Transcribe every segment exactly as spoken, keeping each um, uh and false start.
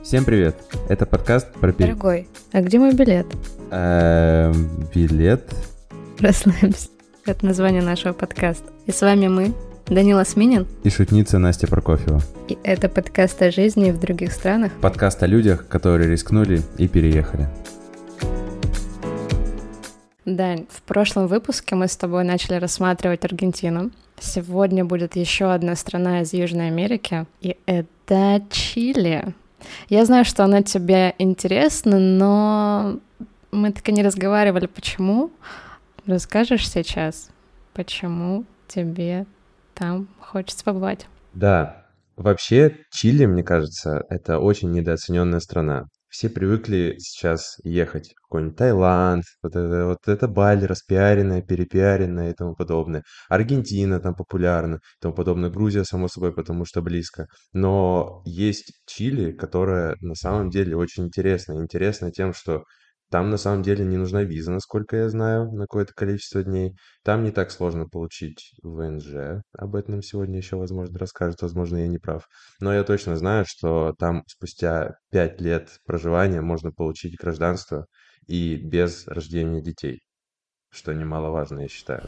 Всем привет! Это подкаст про... пи- Дорогой, а где мой билет? Эм, билет? Расслабься. Это название нашего подкаста. И с вами мы, Данила Сминин. И шутница Настя Прокофьева. И это подкаст о жизни в других странах. Подкаст о людях, которые рискнули и переехали. Дань, в прошлом выпуске мы с тобой начали рассматривать Аргентину. Сегодня будет еще одна страна из Южной Америки, и это Чили. Я знаю, что она тебе интересна, но мы так и не разговаривали. Почему? Расскажешь сейчас, почему тебе там хочется побывать? Да, вообще Чили, мне кажется, это очень недооцененная страна. Все привыкли сейчас ехать в какой-нибудь Таиланд, вот это, вот это Бали распиаренная, перепиаренная и тому подобное. Аргентина там популярна, и тому подобное. Грузия, само собой, потому что близко. Но есть Чили, которая на самом деле очень интересна. Интересна тем, что там на самом деле не нужна виза, насколько я знаю, на какое-то количество дней. Там не так сложно получить вэ эн жэ. Об этом нам сегодня еще, возможно, расскажут, возможно, я не прав. Но я точно знаю, что там спустя пять лет проживания можно получить гражданство и без рождения детей, что немаловажно, я считаю.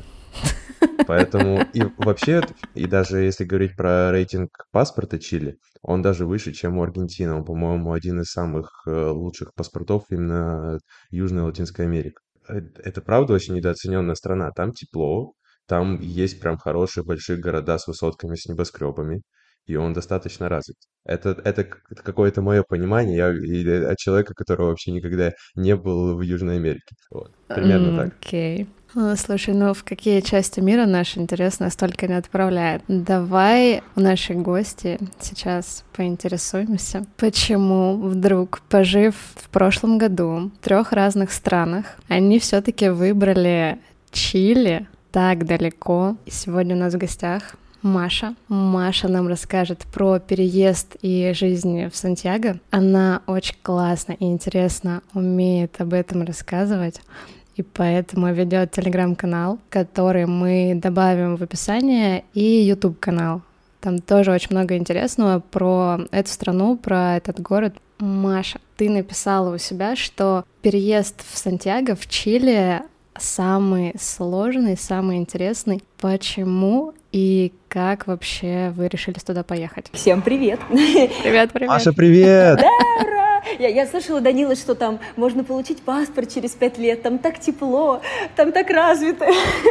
Поэтому и вообще, и даже если говорить про рейтинг паспорта Чили, он даже выше, чем у Аргентины. Он, по-моему, один из самых э, лучших паспортов именно Южной и Латинской Америки. Э, Это правда очень недооцененная страна. Там тепло, там есть прям хорошие большие города с высотками, с небоскребами, и он достаточно развит. Это, это к- это какое-то мое понимание я, и, э, от человека, которого вообще никогда не был в Южной Америке. Вот. Примерно М, так. Окей. А, Слушай, ну в какие части мира наш интерес настолько не отправляет? Давай у нашей гости сейчас поинтересуемся, почему вдруг, пожив в прошлом году в трех разных странах, они все-таки выбрали Чили так далеко. И сегодня у нас в гостях Маша. Маша нам расскажет про переезд и жизнь в Сантьяго. Она очень классно и интересно умеет об этом рассказывать, и поэтому ведет телеграм-канал, который мы добавим в описание, и ютуб-канал. Там тоже очень много интересного про эту страну, про этот город. Маша, ты написала у себя, что переезд в Сантьяго, в Чили, самый сложный, самый интересный. Почему и как вообще вы решили туда поехать? Всем привет! Привет, привет! Маша, привет! Да, ура! Я, я слышала, Данила, что там можно получить паспорт через пять лет, там так тепло, там так развито.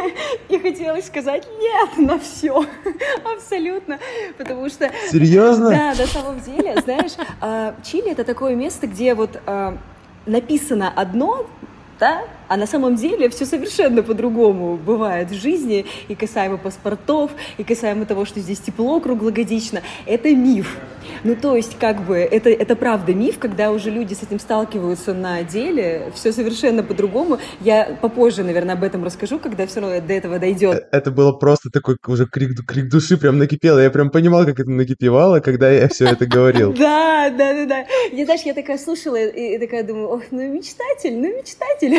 И хотелось сказать нет на все, абсолютно, потому что... Серьезно? Да, на самом деле, знаешь, а, Чили — это такое место, где вот а, написано одно, да, а на самом деле все совершенно по-другому бывает в жизни, и касаемо паспортов, и касаемо того, что здесь тепло круглогодично. Это миф. Ну, то есть, как бы, это, это правда миф, когда уже люди с этим сталкиваются на деле, все совершенно по-другому. Я попозже, наверное, об этом расскажу, когда все равно до этого дойдет. Это было просто такой уже крик, крик души, прям накипело. Я прям понимал, как это накипевало, когда я все это говорил. Да, да, да, да. Я, знаешь, я такая слушала и, и такая думаю, ох, ну мечтатель, ну мечтатель.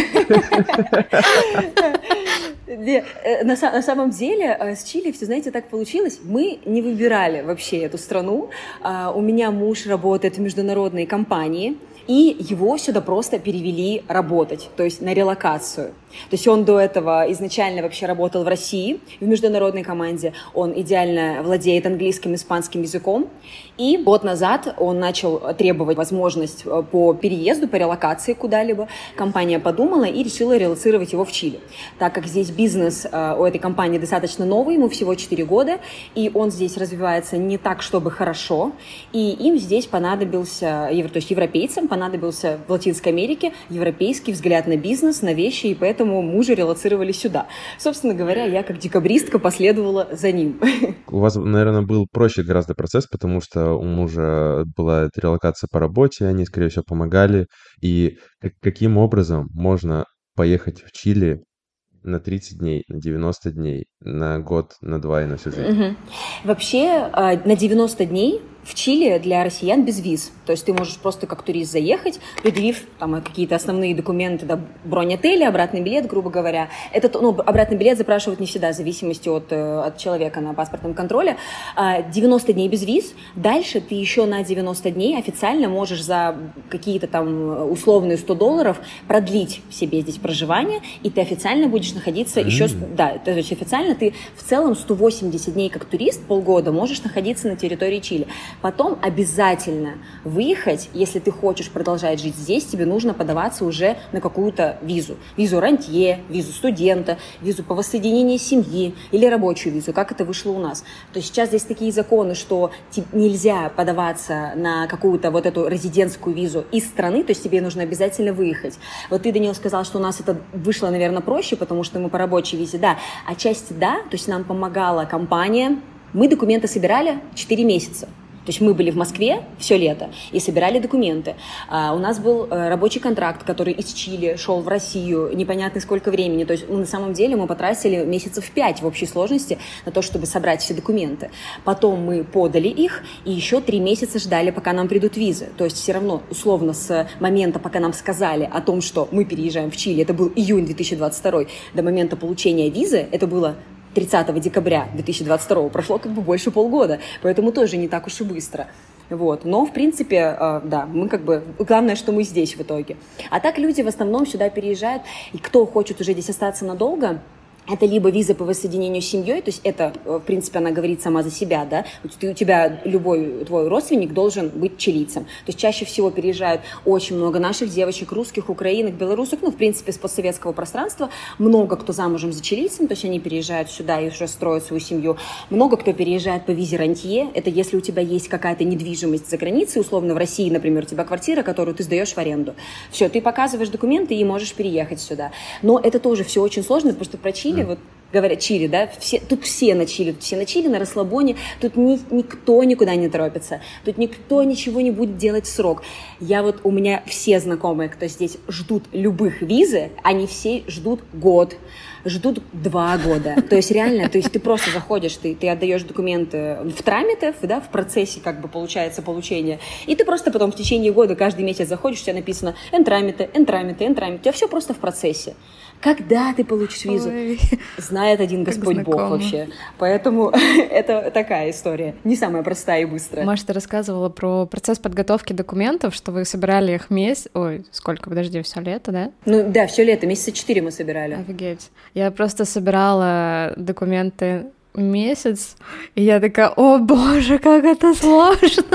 На самом деле с Чили все, знаете, так получилось. Мы не выбирали вообще эту страну. У меня муж работает в международной компании, и его сюда просто перевели работать, то есть на релокацию. То есть он до этого изначально вообще работал в России, в международной команде. Он идеально владеет английским, испанским языком. И год назад он начал требовать возможность по переезду, по релокации куда-либо. Компания подумала и решила релоцировать его в Чили. Так как здесь бизнес у этой компании достаточно новый, ему всего четыре года, и он здесь развивается не так, чтобы хорошо. И им здесь понадобился, то есть европейцам понадобился в Латинской Америке европейский взгляд на бизнес, на вещи, и поэтому мужа релоцировали сюда. Собственно говоря, я как декабристка последовала за ним. У вас, наверное, был проще гораздо процесс, потому что у мужа была эта релокация по работе, они, скорее всего, помогали. И как- каким образом можно поехать в Чили на тридцать дней, на девяносто дней, на год, на два и на всю жизнь? Мгм. Вообще, а, на девяносто дней в Чили для россиян без виз. То есть ты можешь просто как турист заехать, предъявив там какие-то основные документы, да, бронь отеля, обратный билет, грубо говоря. Этот, ну, обратный билет запрашивают не всегда, в зависимости от, от человека на паспортном контроле. девяносто дней без виз. Дальше ты еще на девяносто дней официально можешь за какие-то там условные сто долларов продлить себе здесь проживание, и ты официально будешь находиться mm-hmm. еще... Да, то есть официально ты в целом сто восемьдесят дней как турист, полгода, можешь находиться на территории Чили. Потом обязательно выехать, если ты хочешь продолжать жить здесь, тебе нужно подаваться уже на какую-то визу. Визу рантье, визу студента, визу по воссоединению семьи или рабочую визу, как это вышло у нас. То есть сейчас здесь такие законы, что нельзя подаваться на какую-то вот эту резидентскую визу из страны, то есть тебе нужно обязательно выехать. Вот ты, Даниил, сказал, что у нас это вышло, наверное, проще, потому что мы по рабочей визе, да, отчасти да, то есть нам помогала компания. Мы документы собирали четыре месяца. То есть мы были в Москве все лето и собирали документы. А у нас был рабочий контракт, который из Чили шел в Россию непонятно сколько времени. То есть ну, на самом деле мы потратили месяцев пять в общей сложности на то, чтобы собрать все документы. Потом мы подали их и еще три месяца ждали, пока нам придут визы. То есть все равно условно с момента, пока нам сказали о том, что мы переезжаем в Чили, это был июнь две тысячи двадцать второй, до момента получения визы, это было тридцатого декабря две тысячи двадцать второго, прошло как бы больше полгода, поэтому тоже не так уж и быстро. Вот. Но, в принципе, э, да, мы как бы... Главное, что мы здесь в итоге. А так люди в основном сюда переезжают, и кто хочет уже здесь остаться надолго, это либо виза по воссоединению с семьей, то есть это, в принципе, она говорит сама за себя, да, ты, у тебя любой твой родственник должен быть чилийцем. То есть чаще всего переезжают очень много наших девочек, русских, украинок, белорусок, ну, в принципе, с постсоветского пространства. Много кто замужем за чилийцем, то есть они переезжают сюда и уже строят свою семью. Много кто переезжает по визе рантье, это если у тебя есть какая-то недвижимость за границей, условно в России, например, у тебя квартира, которую ты сдаешь в аренду. Все, ты показываешь документы и можешь переехать сюда. Но это тоже все очень сложно, потому что про Чили вот говорят, Чили, да, все, тут все на Чили, тут все на Чили, на расслабоне, тут ни, никто никуда не торопится, тут никто ничего не будет делать в срок. Я вот, у меня все знакомые, кто здесь ждут любых визы, они все ждут год, ждут два года. То есть реально, то есть ты просто заходишь, ты, ты отдаешь документы в трамитов, да, в процессе как бы получается получение, и ты просто потом в течение года каждый месяц заходишь, у тебя написано энтрамиты, энтрамиты, энтрамиты, у тебя все просто в процессе. Когда ты получишь визу? Ой. Знает один Господь Бог вообще. Поэтому это такая история. Не самая простая и быстрая. Маша, ты рассказывала про процесс подготовки документов, что вы собирали их месяц... Ой, сколько, подожди, все лето, да? Ну да, все лето, месяца четыре мы собирали. Офигеть. Я просто собирала документы месяц, и я такая, о боже, как это сложно!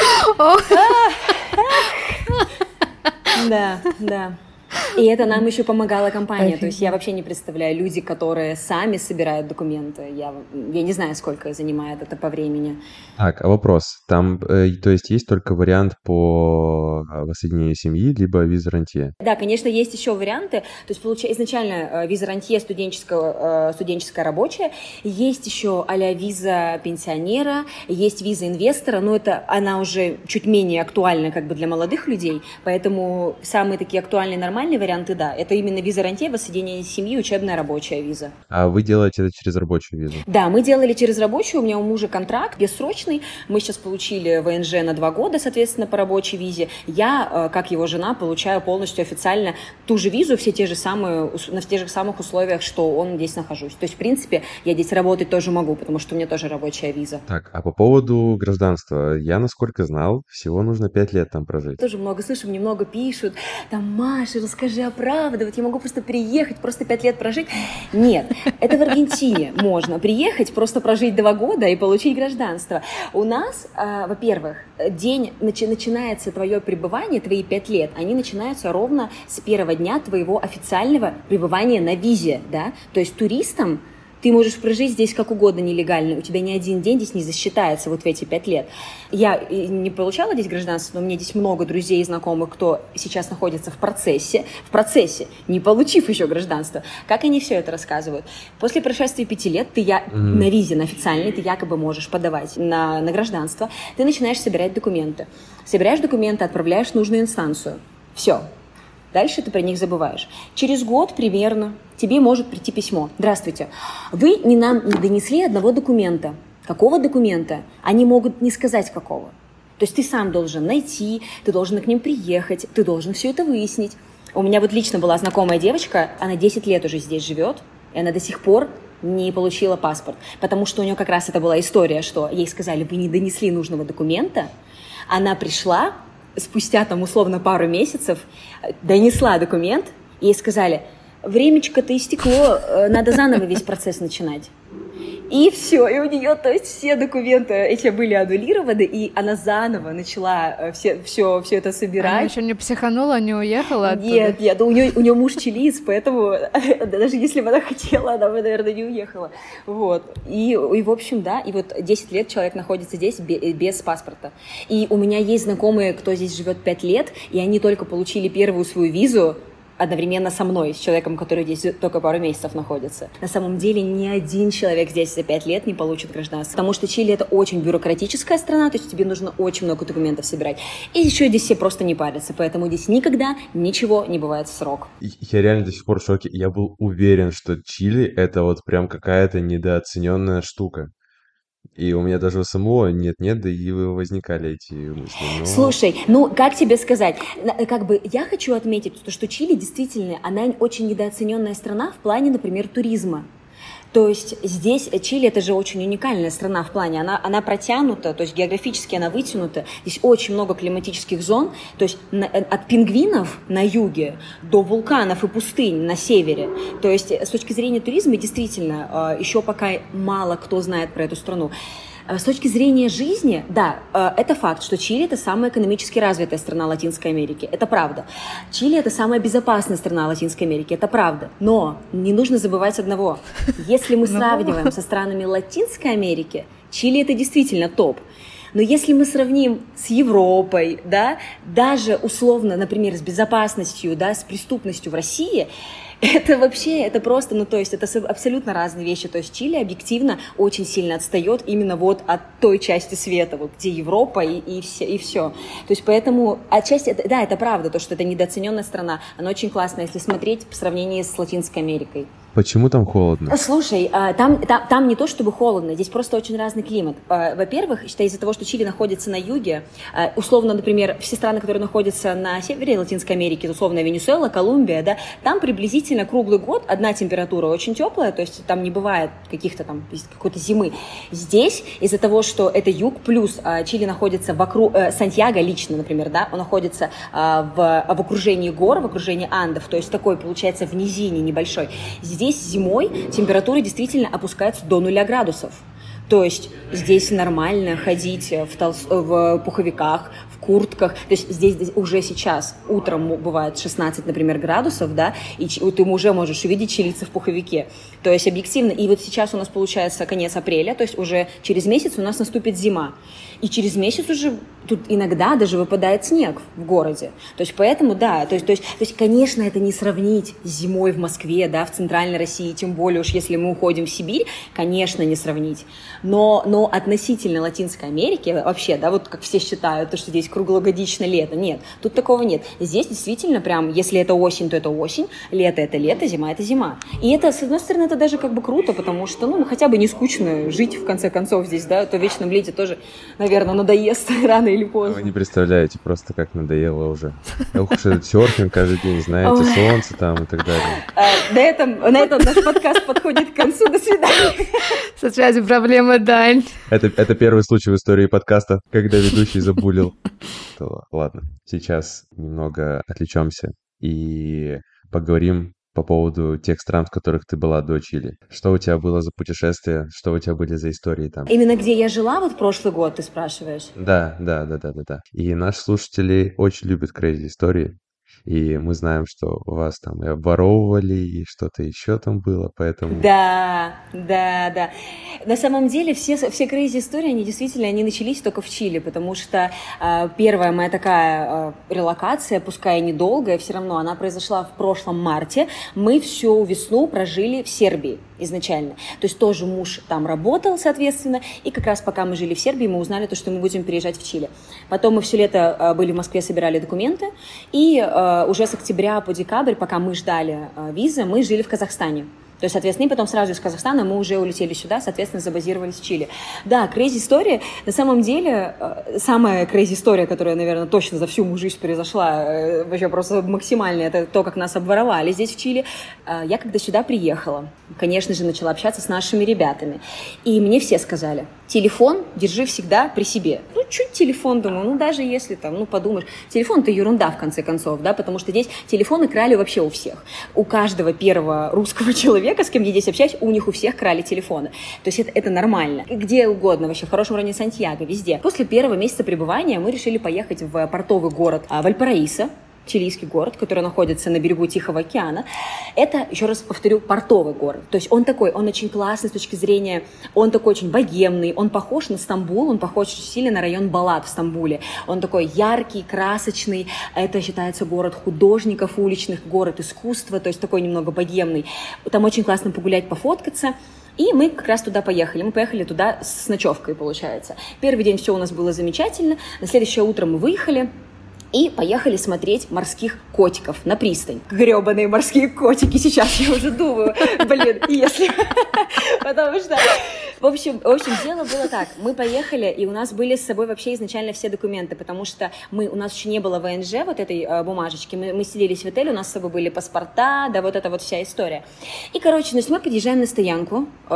Да, да. И это нам еще помогала компания. Офигеть. То есть я вообще не представляю, люди, которые сами собирают документы. Я, я не знаю, сколько занимает это по времени. Так, а вопрос. Там, э, то есть, есть только вариант по воссоединению семьи, либо виза рантье? Да, конечно, есть еще варианты. То есть, получается, изначально виза рантье студенческая, студенческая рабочая. Есть еще а-ля виза пенсионера, есть виза инвестора, но это она уже чуть менее актуальна как бы для молодых людей. Поэтому самые такие актуальные, нормальные варианты, да. Это именно виза рантье, воссоединение семьи, учебная рабочая виза. А вы делаете это через рабочую визу? Да, мы делали через рабочую. У меня у мужа контракт бессрочный. Мы сейчас получили вэ эн жэ на два года, соответственно, по рабочей визе. Я, как его жена, получаю полностью официально ту же визу, все те же самые, на тех же самых условиях, что он здесь нахожусь. То есть, в принципе, я здесь работать тоже могу, потому что у меня тоже рабочая виза. Так, а по поводу гражданства. Я, насколько знал, всего нужно пять лет там прожить. Тоже много слышу, мне много пишут. Там, Маша, расскажи, оправдывать, я могу просто приехать, просто пять лет прожить. Нет, это в Аргентине можно приехать, просто прожить два года и получить гражданство. У нас, э, во-первых, день, начи, начинается твое пребывание, твои пять лет, они начинаются ровно с первого дня твоего официального пребывания на визе, да, то есть туристам ты можешь прожить здесь как угодно нелегально, у тебя ни один день здесь не засчитается вот в эти пять лет. Я не получала здесь гражданство, но у меня здесь много друзей и знакомых, кто сейчас находится в процессе, в процессе, не получив еще гражданство. Как они все это рассказывают? После прошествия пяти лет ты я, mm. на визе, на официальной, ты якобы можешь подавать на, на гражданство, ты начинаешь собирать документы. Собираешь документы, отправляешь в нужную инстанцию. Все. Дальше ты про них забываешь. Через год примерно тебе может прийти письмо. Здравствуйте, вы не нам не донесли одного документа. Какого документа? Они могут не сказать какого. То есть ты сам должен найти, ты должен к ним приехать, ты должен все это выяснить. У меня вот лично была знакомая девочка, она десять лет уже здесь живет, и она до сих пор не получила паспорт, потому что у нее как раз это была история, что ей сказали, вы не донесли нужного документа. Она пришла, спустя там условно пару месяцев, донесла документ, и ей сказали, времечко-то истекло, надо заново весь процесс начинать. И все, и у нее, то есть, все документы эти были аннулированы, и она заново начала все, все, все это собирать. Она еще не психанула, не уехала оттуда? Нет, нет, у нее, у нее муж чилиец, поэтому даже если бы она хотела, она бы, наверное, не уехала. Вот. И, и, в общем, да, и вот десять лет человек находится здесь без паспорта. И у меня есть знакомые, кто здесь живет пять лет, и они только получили первую свою визу одновременно со мной, с человеком, который здесь только пару месяцев находится. На самом деле ни один человек здесь за пять лет не получит гражданство, потому что Чили — это очень бюрократическая страна, то есть тебе нужно очень много документов собирать. И еще здесь все просто не парятся, поэтому здесь никогда ничего не бывает в срок. Я реально до сих пор в шоке. Я был уверен, что Чили — это вот прям какая-то недооцененная штука. И у меня даже у самого нет-нет, да и возникали эти мысли. Но... Слушай, ну, как тебе сказать, как бы я хочу отметить, что Чили действительно, она очень недооцененная страна в плане, например, туризма. То есть здесь Чили — это же очень уникальная страна в плане, она, она протянута, то есть географически она вытянута, здесь очень много климатических зон, то есть на, от пингвинов на юге до вулканов и пустынь на севере. То есть с точки зрения туризма действительно еще пока мало кто знает про эту страну. С точки зрения жизни, да, это факт, что Чили — это самая экономически развитая страна Латинской Америки, это правда. Чили — это самая безопасная страна Латинской Америки, это правда. Но не нужно забывать одного. Если мы сравниваем со странами Латинской Америки, Чили — это действительно топ. Но если мы сравним с Европой, да, даже условно, например, с безопасностью, да, с преступностью в России, это вообще, это просто, ну, то есть, это абсолютно разные вещи. То есть Чили объективно очень сильно отстает именно вот от той части света, вот где Европа и, и, все, и все. То есть поэтому, отчасти, да, это правда, то, что это недооцененная страна, она очень классная, если смотреть в сравнении с Латинской Америкой. Почему там холодно? Слушай, там, там, там не то чтобы холодно, здесь просто очень разный климат. Во-первых, считай, из-за того, что Чили находится на юге, условно, например, все страны, которые находятся на севере Латинской Америки, условно, Венесуэла, Колумбия, да, там приблизительно круглый год одна температура очень теплая, то есть там не бывает каких-то там какой-то зимы. Здесь из-за того, что это юг, плюс Чили находится вокруг, Сантьяго лично, например, да, он находится в, в окружении гор, в окружении Андов, то есть такой, получается, в низине небольшой. Здесь зимой температура действительно опускается до нуля градусов. То есть здесь нормально ходить в, толс... в пуховиках, в куртках. То есть здесь, здесь уже сейчас утром бывает шестнадцать, например, градусов, да, и ты уже можешь увидеть чилийца в пуховике. То есть объективно, и вот сейчас у нас получается конец апреля, то есть уже через месяц у нас наступит зима. И через месяц уже тут иногда даже выпадает снег в городе. То есть поэтому, да, то есть, то есть, то есть, конечно, это не сравнить с зимой в Москве, да, в центральной России, тем более уж если мы уходим в Сибирь, конечно, не сравнить. Но, но относительно Латинской Америки, вообще, да, вот как все считают, то, что здесь круглогодично лето, нет, тут такого нет. Здесь действительно прям, если это осень, то это осень, лето — это лето, зима — это зима. И это, с одной стороны, это даже как бы круто, потому что, ну, хотя бы не скучно жить, в конце концов, здесь, да, то в вечном лете тоже, наверное, надоест рано или поздно. Вы не представляете просто, как надоело уже. Ох уж этот серфинг каждый день, знаете, солнце там и так далее. На этом, на этом наш подкаст подходит к концу. До свидания. Со связью проблема, Дань. Это, это первый случай в истории подкаста, когда ведущий забулил. Ладно, сейчас немного отвлечемся и поговорим по поводу тех стран, в которых ты была до Чили. Что у тебя было за путешествия, что у тебя были за истории там? Именно где я жила вот прошлый год, ты спрашиваешь? Да, да, да, да, да, да. И наши слушатели очень любят crazy истории. И мы знаем, что вас там и обворовывали, и что-то еще там было, поэтому... Да, да, да. На самом деле все, все crazy истории, они действительно, они начались только в Чили, потому что э, первая моя такая э, релокация, пускай и недолгая, все равно она произошла в прошлом марте. Мы всю весну прожили в Сербии изначально. То есть тоже муж там работал, соответственно, и как раз пока мы жили в Сербии, мы узнали то, что мы будем переезжать в Чили. Потом мы все лето э, были в Москве, собирали документы, и э, уже с октября по декабрь, пока мы ждали э, визы, мы жили в Казахстане. То есть, соответственно, и потом сразу из Казахстана мы уже улетели сюда, соответственно, забазировались в Чили. Да, crazy история. На самом деле, самая crazy история, которая, наверное, точно за всю мою жизнь произошла, вообще просто максимальная, это то, как нас обворовали здесь, в Чили. Я когда сюда приехала, конечно же, начала общаться с нашими ребятами. И мне все сказали, телефон держи всегда при себе. Ну, чуть телефон, думаю, ну, даже если там, ну, подумаешь, телефон-то ерунда, в конце концов, да, потому что здесь телефоны крали вообще у всех. У каждого первого русского человека, с кем я здесь общаюсь, у них у всех крали телефоны. То есть это, это нормально. Где угодно, вообще, в хорошем районе Сантьяго, везде. После первого месяца пребывания мы решили поехать в портовый город Вальпараисо, чилийский город, который находится на берегу Тихого океана. Это, еще раз повторю, портовый город. То есть он такой, он очень классный с точки зрения, он такой очень богемный, он похож на Стамбул, он похож очень сильно на район Балат в Стамбуле. Он такой яркий, красочный, это считается город художников уличных, город искусства, то есть такой немного богемный. Там очень классно погулять, пофоткаться. И мы как раз туда поехали. Мы поехали туда с ночевкой, получается. Первый день все у нас было замечательно. На следующее утро мы выехали и поехали смотреть морских котиков на пристань. Гребаные морские котики, сейчас я уже думаю, блин, если... Потому что... В общем, в общем, дело было так. Мы поехали, и у нас были с собой вообще изначально все документы, потому что мы, у нас еще не было ВНЖ, вот этой э, бумажечки. Мы, мы сиделись в отеле, у нас с собой были паспорта, да, вот эта вот вся история. И, короче, значит, мы подъезжаем на стоянку э,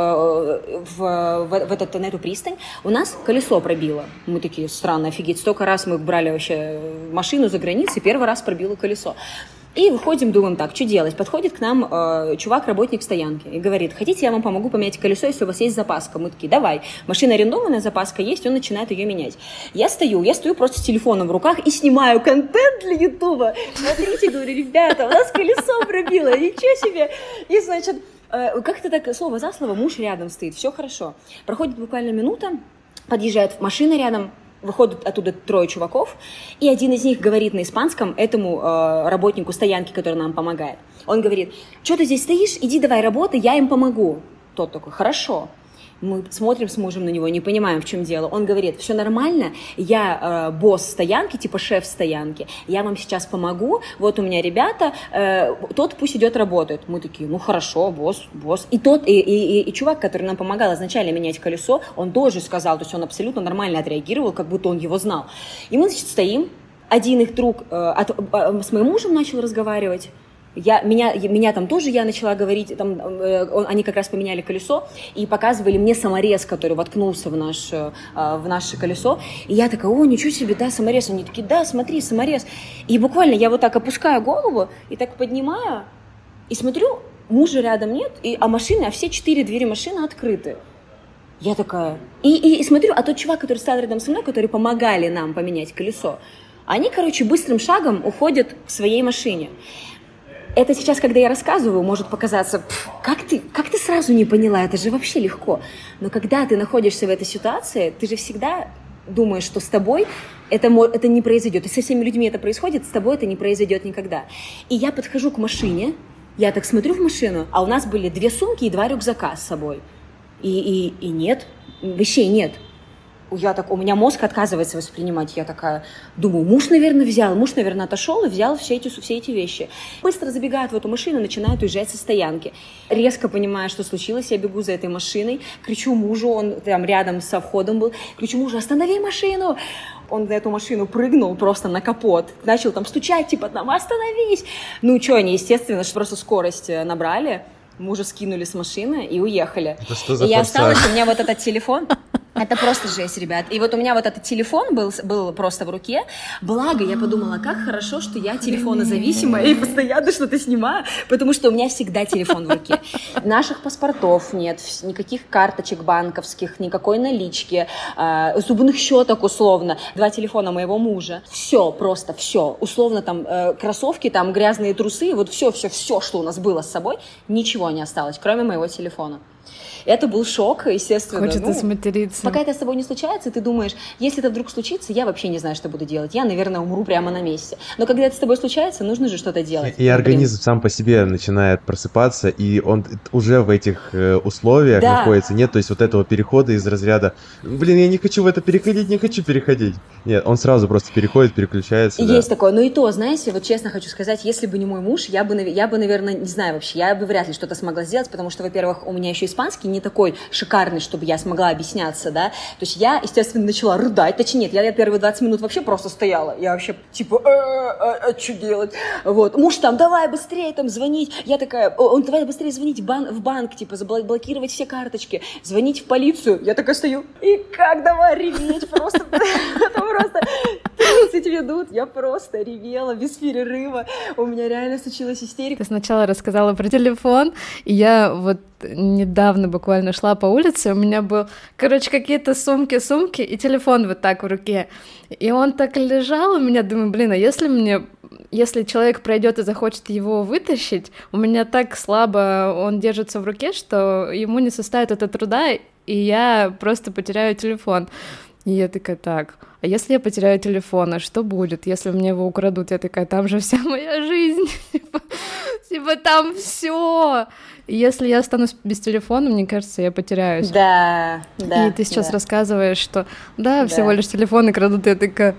в, в, в этот, на эту пристань. У нас колесо пробило. Мы такие, странно, офигеть, столько раз мы брали вообще машину за границей, первый раз пробило колесо. И выходим, думаем, так, что делать? Подходит к нам э, чувак, работник стоянки, и говорит, хотите, я вам помогу поменять колесо, если у вас есть запаска? Мы такие, давай. Машина арендованная, запаска есть, он начинает ее менять. Я стою, я стою просто с телефоном в руках и снимаю контент для Ютуба. Смотрите, говорю, ребята, у нас колесо пробило, ничего себе. И, значит, э, как-то так, слово за слово, муж рядом стоит, все хорошо. Проходит буквально минута, подъезжает машина рядом, выходят оттуда трое чуваков, и один из них говорит на испанском этому э, работнику стоянки, который нам помогает. Он говорит, что ты здесь стоишь, иди давай работай, я им помогу. Тот такой, хорошо. Мы смотрим с мужем на него, не понимаем, в чем дело. Он говорит, все нормально, я э, босс стоянки, типа шеф стоянки, я вам сейчас помогу, вот у меня ребята, э, тот пусть идет работает. Мы такие, ну хорошо, босс, босс. И тот, и, и, и, и чувак, который нам помогал изначально менять колесо, он тоже сказал, то есть он абсолютно нормально отреагировал, как будто он его знал. И мы, значит, стоим, один их друг э, от, э, с моим мужем начал разговаривать, Я, меня, меня там тоже я начала говорить, там, э, он, они как раз поменяли колесо и показывали мне саморез, который воткнулся в, наш, э, в наше колесо. И я такая, о, ничего себе, да, саморез. Они такие, да, смотри, саморез. И буквально я вот так опускаю голову и так поднимаю, и смотрю, мужа рядом нет, и, а машины, а все четыре двери машины открыты. Я такая, и, и, и смотрю, а тот чувак, который стоял рядом со мной, который помогали нам поменять колесо, они, короче, быстрым шагом уходят к своей машине. Это сейчас, когда я рассказываю, может показаться, как ты, как ты сразу не поняла, это же вообще легко. Но когда ты находишься в этой ситуации, ты же всегда думаешь, что с тобой это, это не произойдет. И со всеми людьми это происходит, с тобой это не произойдет никогда. И я подхожу к машине, я так смотрю в машину, а у нас были две сумки и два рюкзака с собой. И, и, и нет, вещей нет. Я так, у меня мозг отказывается воспринимать. Я такая думаю, муж, наверное, взял. Муж, наверное, отошел и взял все эти, все эти вещи. Быстро забегают в эту машину, начинают уезжать со стоянки. Резко понимаю, что случилось, я бегу за этой машиной, кричу мужу, он там рядом со входом был, кричу мужу, останови машину! Он на эту машину прыгнул просто на капот, начал там стучать, типа, там, остановись! Ну, что, они, естественно, что просто скорость набрали, мужа скинули с машины и уехали. Это что за и я форсаж? осталась, у меня вот этот телефон... Это просто жесть, ребят. И вот у меня вот этот телефон был, был просто в руке. Благо, я подумала, как хорошо, что я телефонозависимая и постоянно что-то снимаю, потому что у меня всегда телефон в руке. Наших паспортов нет, никаких карточек банковских, никакой налички, э, зубных щеток условно, два телефона моего мужа. Все, просто все. Условно там э, кроссовки, там грязные трусы, вот все-все-все, что у нас было с собой, ничего не осталось, кроме моего телефона. Это был шок, естественно. Хочется ну, сматериться. Пока это с тобой не случается, ты думаешь, если это вдруг случится, я вообще не знаю, что буду делать. Я, наверное, умру прямо на месте. Но когда это с тобой случается, нужно же что-то делать. И, и организм Блин. сам по себе начинает просыпаться, и он уже в этих э, условиях да. находится. Нет, то есть вот этого перехода из разряда «Блин, я не хочу в это переходить, не хочу переходить». Нет, он сразу просто переходит, переключается. Есть да. такое. Но и то, знаете, вот честно хочу сказать, если бы не мой муж, я бы, я бы, наверное, не знаю вообще, я бы вряд ли что-то смогла сделать, потому что, во-первых, у меня еще испанский не такой шикарный, чтобы я смогла объясняться, да. То есть я, естественно, начала рыдать. Точнее, нет, я, я первые двадцать минут вообще просто стояла. Я вообще, типа, а, а, а что делать? Вот. Муж там, давай быстрее там звонить. Я такая, он, давай быстрее звонить в, бан, в банк, типа, заблокировать все карточки, звонить в полицию. Я такая стою, и как давай реветь просто. Это просто тридцать минут. Я просто ревела без перерыва. У меня реально случилась истерика. Ты сначала рассказала про телефон, и я вот недавно буквально шла по улице, у меня был, короче, какие-то сумки-сумки и телефон вот так в руке. И он так лежал у меня, думаю, блин, а если мне, если человек пройдет и захочет его вытащить, у меня так слабо он держится в руке, что ему не составит это труда, и я просто потеряю телефон. И я такая, так, а если я потеряю телефон, а что будет, если мне его украдут? Я такая, там же вся моя жизнь, типа, типа там все. И если я останусь без телефона, мне кажется, я потеряюсь. Да, да. И ты сейчас да. рассказываешь, что да, да, всего лишь телефон и крадут, и я такая,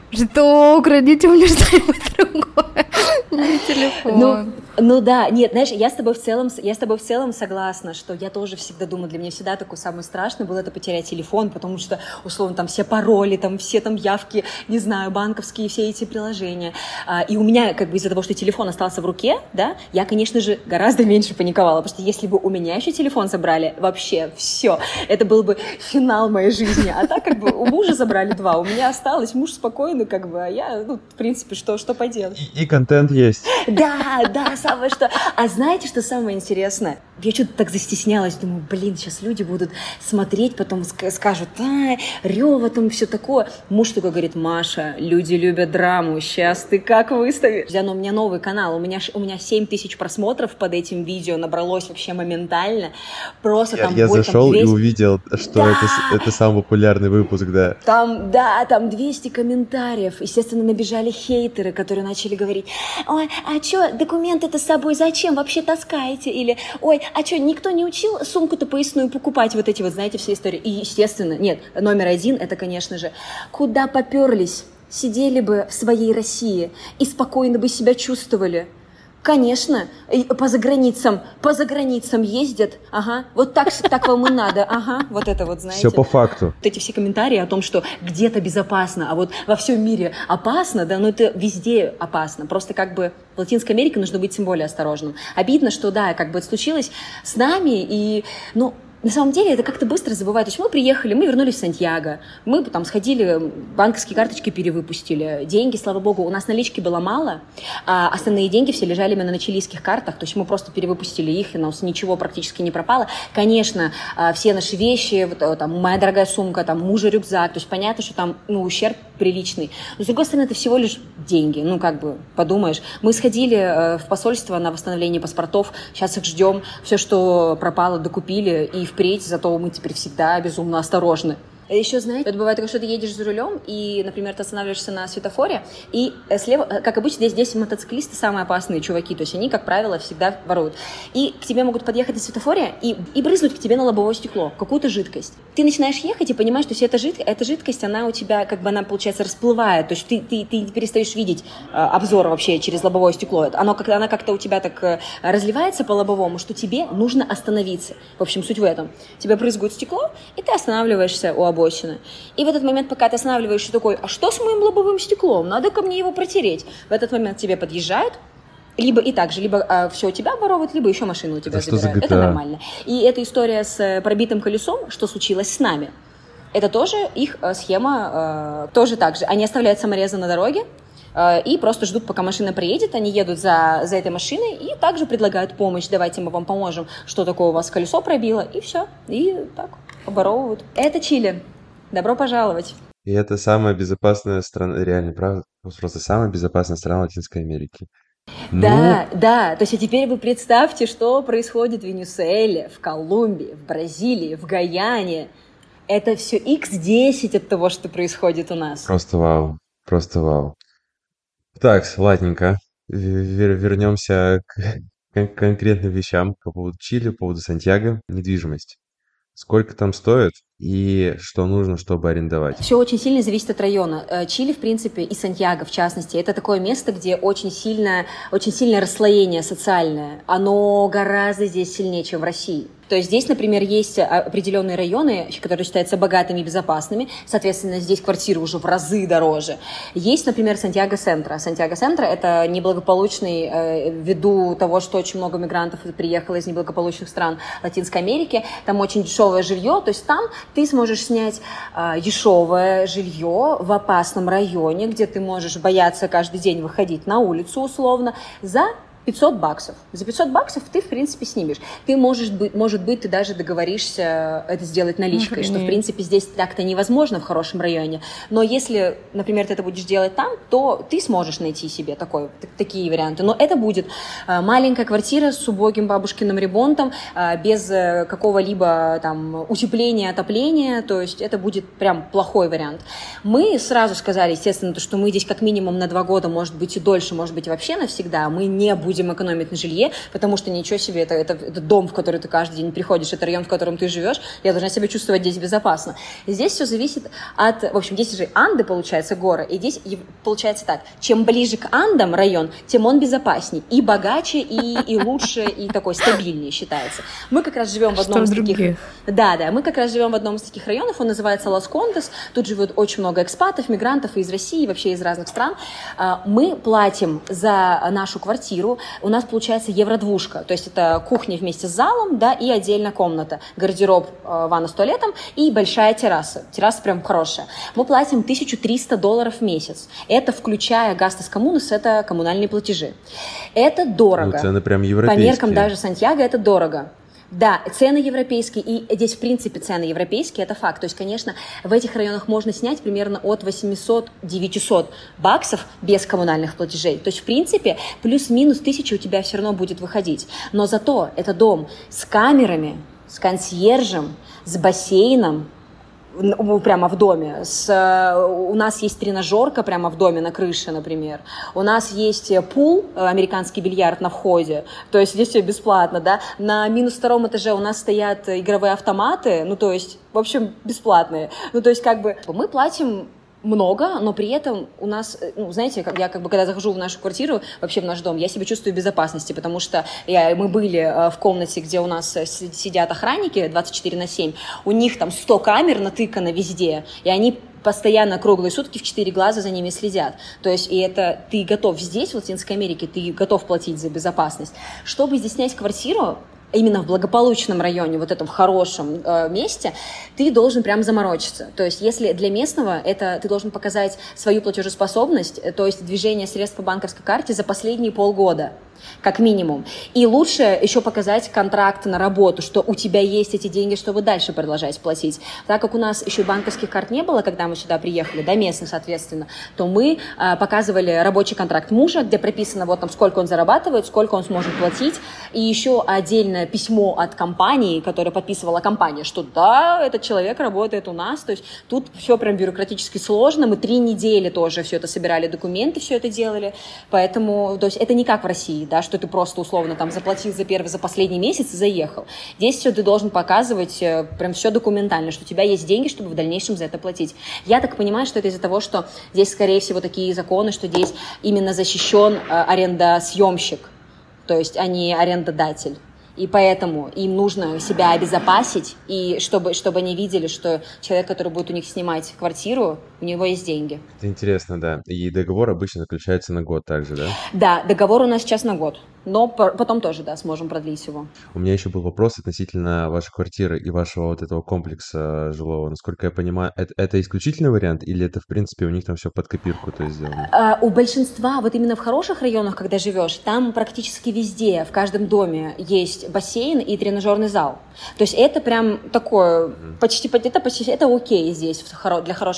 что, украдите у меня что-нибудь другое, не телефон. Ну, ну да, нет, знаешь, я с тобой в целом, я с тобой в целом согласна, что я тоже всегда думаю, для меня всегда такой самый страшный был это потерять телефон, потому что, условно, там все пароли, там все там явки, не знаю, банковские, все эти приложения. А, и у меня, как бы из-за того, что телефон остался в руке, да, я, конечно же, гораздо меньше паниковала, потому что если бы у меня еще телефон забрали, вообще все, это был бы финал моей жизни. А так, как бы, у мужа забрали два, у меня осталось, муж спокойный, как бы, а я, ну, в принципе, что, что поделать. И, и контент есть. Да, да, самое что. А знаете, что самое интересное? Я что-то так застеснялась, думаю, блин, сейчас люди будут смотреть, потом скажут, а, Рёва, там все такое. Муж такой говорит, Маша, люди любят драму, сейчас ты как выставишь? Но у меня новый канал, у меня, у меня семь тысяч просмотров под этим видео набралось вообще моментально. Просто я, там... Я бой, зашел там двести... и увидел, что да! это, это самый популярный выпуск, да. Там, да, там двести комментариев. Естественно, набежали хейтеры, которые начали говорить, ой, а что, документы-то с собой зачем вообще таскаете? Или, ой, а что, никто не учил сумку-то поясную покупать? Вот эти вот, знаете, все истории. И, естественно, нет, номер один, это, конечно же, куда поперлись? Сидели бы в своей России и спокойно бы себя чувствовали. Конечно, по заграницам, по заграницам ездят, ага, вот так, так вам и надо, ага, вот это вот, знаете. Все по факту. Вот эти все комментарии о том, что где-то безопасно, а вот во всем мире опасно, да, но это везде опасно, просто как бы в Латинской Америке нужно быть тем более осторожным. Обидно, что, да, как бы это случилось с нами, и, ну, на самом деле это как-то быстро забывают. То есть мы приехали, мы вернулись в Сантьяго, мы там сходили, банковские карточки перевыпустили, деньги, слава богу, у нас налички было мало, а основные деньги все лежали именно на чилийских картах, то есть мы просто перевыпустили их, и у нас ничего практически не пропало. Конечно, все наши вещи, там, моя дорогая сумка, там, мужа рюкзак, то есть понятно, что там, ну, ущерб приличный. Но, с другой стороны, это всего лишь деньги, ну, как бы, подумаешь. Мы сходили в посольство на восстановление паспортов, сейчас их ждем, все, что пропало, докупили, и впредь, зато мы теперь всегда безумно осторожны. Еще, знаете, это бывает такое, что ты едешь за рулем, и, например, ты останавливаешься на светофоре, и слева, как обычно, здесь, здесь мотоциклисты самые опасные чуваки, то есть они, как правило, всегда воруют. И к тебе могут подъехать на светофоре и, и брызнуть к тебе на лобовое стекло какую-то жидкость. Ты начинаешь ехать и понимаешь, что если эта, жид, эта жидкость, она у тебя, как бы она, получается, расплывает, то есть ты, ты, ты перестаешь видеть э, обзор вообще через лобовое стекло. Оно, как, она как-то у тебя так э, разливается по лобовому, что тебе нужно остановиться. В общем, суть в этом. Тебе брызгают стекло, и ты останавливаешься у обочины. И в этот момент, пока ты останавливаешься, такой, а что с моим лобовым стеклом? Надо ко мне его протереть. В этот момент к тебе подъезжают, либо и так же, либо а, все у тебя воруют, либо еще машину у тебя это забирают. Это нормально. И эта история с пробитым колесом, что случилось с нами, это тоже их а, схема, а, тоже так же. Они оставляют саморезы на дороге, и просто ждут, пока машина приедет, они едут за, за этой машиной и также предлагают помощь, давайте мы вам поможем, что такое у вас колесо пробило, и все, и так оборовывают. Это Чили. Добро пожаловать. И это самая безопасная страна, реально, правда? Просто самая безопасная страна Латинской Америки. Ну, Да, да, то есть а теперь вы представьте, что происходит в Венесуэле, в Колумбии, в Бразилии, в Гаяне. Это все икс десять от того, что происходит у нас. просто вау, просто вау. Так, ладненько. Вер- вернемся к кон- конкретным вещам по поводу Чили, по поводу Сантьяго. Недвижимость. Сколько там стоит и что нужно, чтобы арендовать? Все очень сильно зависит от района. Э, Чили, в принципе, и Сантьяго, в частности, это такое место, где очень сильное, очень сильное расслоение социальное. Оно гораздо здесь сильнее, чем в России. То есть здесь, например, есть определенные районы, которые считаются богатыми и безопасными, соответственно, здесь квартиры уже в разы дороже. Есть, например, Сантьяго-Сентро. Сантьяго-Сентро – это неблагополучный, э, ввиду того, что очень много мигрантов приехало из неблагополучных стран Латинской Америки, там очень дешевое жилье, то есть там ты сможешь снять э, дешевое жилье в опасном районе, где ты можешь бояться каждый день выходить на улицу условно, за пятьсот баксов. За пятьсот баксов ты, в принципе, снимешь. Ты, можешь быть, может быть, ты даже договоришься это сделать наличкой, что, в принципе, здесь так-то невозможно в хорошем районе. Но если, например, ты это будешь делать там, то ты сможешь найти себе такой, такие варианты. Но это будет маленькая квартира с убогим бабушкиным ремонтом, без какого-либо там утепления, отопления. То есть это будет прям плохой вариант. Мы сразу сказали, естественно, то, что мы здесь как минимум на два года, может быть, и дольше, может быть, вообще навсегда. Мы не будем будем экономить на жилье, потому что ничего себе, это, это, это дом, в который ты каждый день приходишь, это район, в котором ты живешь, я должна себя чувствовать здесь безопасно. И здесь все зависит от, в общем, здесь же Анды, получается, горы, и здесь получается так, чем ближе к Андам район, тем он безопаснее, и богаче, и, и лучше, и такой стабильнее считается. Мы как раз живем в одном из таких... Да, да, мы как раз живем в одном из таких районов, он называется Лос-Контес, тут живет очень много экспатов, мигрантов из России, вообще из разных стран. Мы платим за нашу квартиру, у нас получается евро-двушка, то есть это кухня вместе с залом, да, и отдельно комната, гардероб, э, ванна с туалетом и большая терраса. Терраса прям хорошая. Мы платим тысяча триста долларов в месяц. Это включая гастос коммунас, это коммунальные платежи. Это дорого. Ну, цены прям европейские. По меркам даже Сантьяго это дорого. Да, цены европейские, и здесь, в принципе, цены европейские, это факт. То есть, конечно, в этих районах можно снять примерно от восемьсот-девятьсот баксов без коммунальных платежей. То есть, в принципе, плюс-минус тысяча у тебя все равно будет выходить. Но зато это дом с камерами, с консьержем, с бассейном, прямо в доме. С, у нас есть тренажерка прямо в доме на крыше, например. У нас есть пул, американский бильярд на входе. То есть здесь все бесплатно, да. На минус втором этаже у нас стоят игровые автоматы, ну, то есть, в общем, бесплатные. Ну, то есть, как бы, мы платим много, но при этом у нас, ну, знаете, как я как бы когда захожу в нашу квартиру, вообще в наш дом, я себя чувствую в безопасности, потому что я, мы были в комнате, где у нас сидят охранники двадцать четыре на семь, у них там сто камер натыкано везде, и они постоянно круглые сутки в четыре глаза за ними следят. То есть, и это ты готов здесь, в Латинской Америке, ты готов платить за безопасность. Чтобы здесь снять квартиру, именно в благополучном районе, вот этом в хорошем э, месте, ты должен прям заморочиться. То есть, если для местного это ты должен показать свою платежеспособность, то есть движение средств по банковской карте за последние полгода, как минимум. И лучше еще показать контракт на работу, что у тебя есть эти деньги, чтобы дальше продолжать платить. Так как у нас еще банковских карт не было, когда мы сюда приехали, да, местных, соответственно, то мы э, показывали рабочий контракт мужа, где прописано вот там, сколько он зарабатывает, сколько он сможет платить, и еще отдельное письмо от компании, которое подписывала компания, что да, этот человек работает у нас, то есть тут все прям бюрократически сложно, мы три недели тоже все это собирали, документы все это делали, поэтому, то есть это не как в России, да, что ты просто условно там заплатил за первый, за последний месяц и заехал. Здесь все ты должен показывать прям все документально, что у тебя есть деньги, чтобы в дальнейшем за это платить. Я так понимаю, что это из-за того, что здесь, скорее всего, такие законы, что здесь именно защищен э, арендосъемщик, то есть, а не арендодатель. И поэтому им нужно себя обезопасить, и чтобы, чтобы они видели, что человек, который будет у них снимать квартиру, у него есть деньги. Это интересно, да. И договор обычно заключается на год также, да? Да, договор у нас сейчас на год, но потом тоже, да, сможем продлить его. У меня еще был вопрос относительно вашей квартиры и вашего вот этого комплекса жилого. Насколько я понимаю, это, это исключительный вариант или это, в принципе, у них там все под копирку то есть сделано? А, у большинства, вот именно в хороших районах, когда живешь, там практически везде, в каждом доме есть бассейн и тренажерный зал. То есть это прям такое, mm-hmm. почти, это почти, это окей здесь для хороших районов.